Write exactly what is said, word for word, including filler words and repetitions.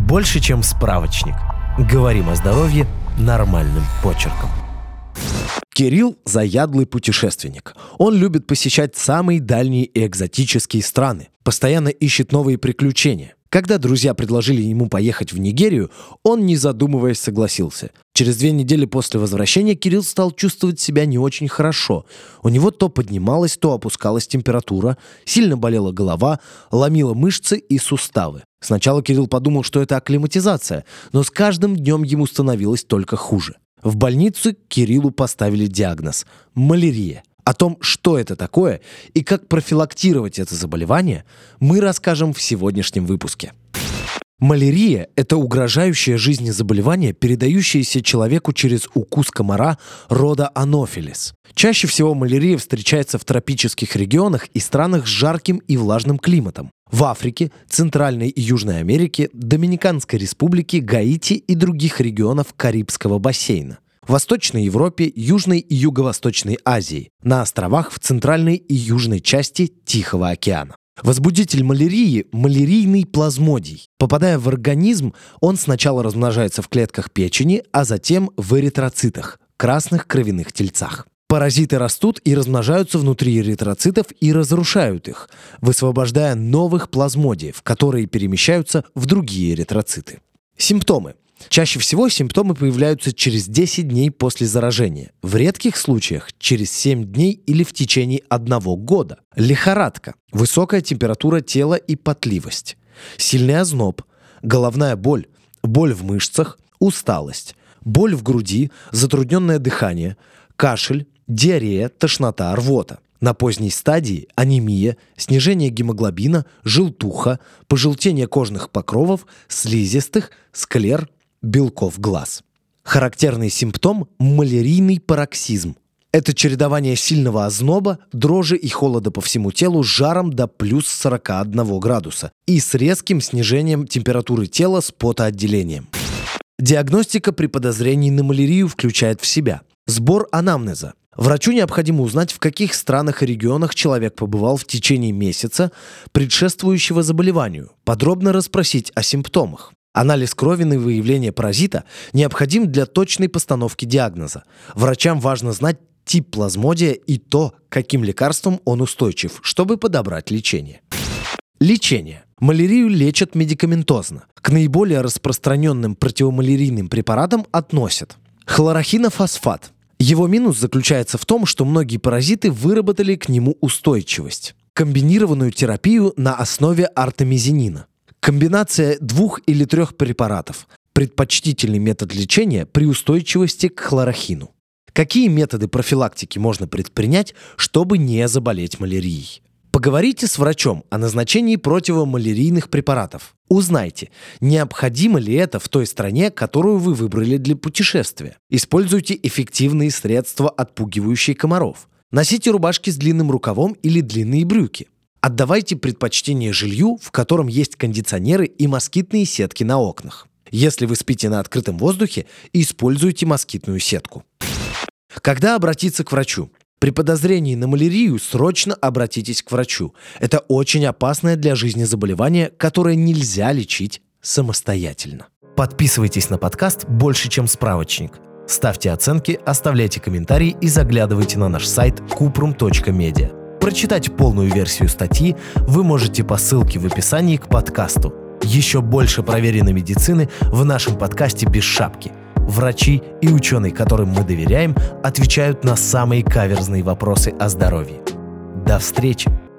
Больше, чем справочник. Говорим о здоровье нормальным почерком. Кирилл – заядлый путешественник. Он любит посещать самые дальние и экзотические страны. Постоянно ищет новые приключения. Когда друзья предложили ему поехать в Нигерию, он, не задумываясь, согласился. Через две недели после возвращения Кирилл стал чувствовать себя не очень хорошо. У него то поднималась, то опускалась температура, сильно болела голова, ломила мышцы и суставы. Сначала Кирилл подумал, что это акклиматизация, но с каждым днем ему становилось только хуже. В больнице Кириллу поставили диагноз – малярия. О том, что это такое и как профилактировать это заболевание, мы расскажем в сегодняшнем выпуске. Малярия – это угрожающее жизни заболевание, передающееся человеку через укус комара рода Анофилис. Чаще всего малярия встречается в тропических регионах и странах с жарким и влажным климатом. В Африке, Центральной и Южной Америке, Доминиканской Республике, Гаити и других регионах Карибского бассейна. В Восточной Европе, Южной и Юго-Восточной Азии, на островах в центральной и южной части Тихого океана. Возбудитель малярии – малярийный плазмодий. Попадая в организм, он сначала размножается в клетках печени, а затем в эритроцитах – красных кровяных тельцах. Паразиты растут и размножаются внутри эритроцитов и разрушают их, высвобождая новых плазмодиев, которые перемещаются в другие эритроциты. Симптомы. Чаще всего симптомы появляются через десять дней после заражения. В редких случаях через семь дней или в течение одного года. Лихорадка, высокая температура тела и потливость. Сильный озноб, головная боль, боль в мышцах, усталость, боль в груди, затрудненное дыхание, кашель, диарея, тошнота, рвота. На поздней стадии анемия, снижение гемоглобина, желтуха, пожелтение кожных покровов, слизистых, склер, белков глаз. Характерный симптом – малярийный пароксизм. Это чередование сильного озноба, дрожи и холода по всему телу с жаром до плюс сорок один градуса и с резким снижением температуры тела с потоотделением. Диагностика при подозрении на малярию включает в себя сбор анамнеза. Врачу необходимо узнать, в каких странах и регионах человек побывал в течение месяца, предшествующего заболеванию, подробно расспросить о симптомах. Анализ крови на выявление паразита необходим для точной постановки диагноза. Врачам важно знать тип плазмодия и то, к каким лекарствам он устойчив, чтобы подобрать лечение. Лечение. Малярию лечат медикаментозно. К наиболее распространенным противомалярийным препаратам относят хлорохинофосфат. Его минус заключается в том, что многие паразиты выработали к нему устойчивость. Комбинированную терапию на основе артемизинина. Комбинация двух или трех препаратов. Предпочтительный метод лечения при устойчивости к хлорохину. Какие методы профилактики можно предпринять, чтобы не заболеть малярией? Поговорите с врачом о назначении противомалярийных препаратов. Узнайте, необходимо ли это в той стране, которую вы выбрали для путешествия. Используйте эффективные средства, отпугивающие комаров. Носите рубашки с длинным рукавом или длинные брюки. Отдавайте предпочтение жилью, в котором есть кондиционеры и москитные сетки на окнах. Если вы спите на открытом воздухе, используйте москитную сетку. Когда обратиться к врачу? При подозрении на малярию срочно обратитесь к врачу. Это очень опасное для жизни заболевание, которое нельзя лечить самостоятельно. Подписывайтесь на подкаст «Больше, чем справочник». Ставьте оценки, оставляйте комментарии и заглядывайте на наш сайт купрум точка медиа. Прочитать полную версию статьи вы можете по ссылке в описании к подкасту. Еще больше проверенной медицины в нашем подкасте «Без шапки». Врачи и ученые, которым мы доверяем, отвечают на самые каверзные вопросы о здоровье. До встречи!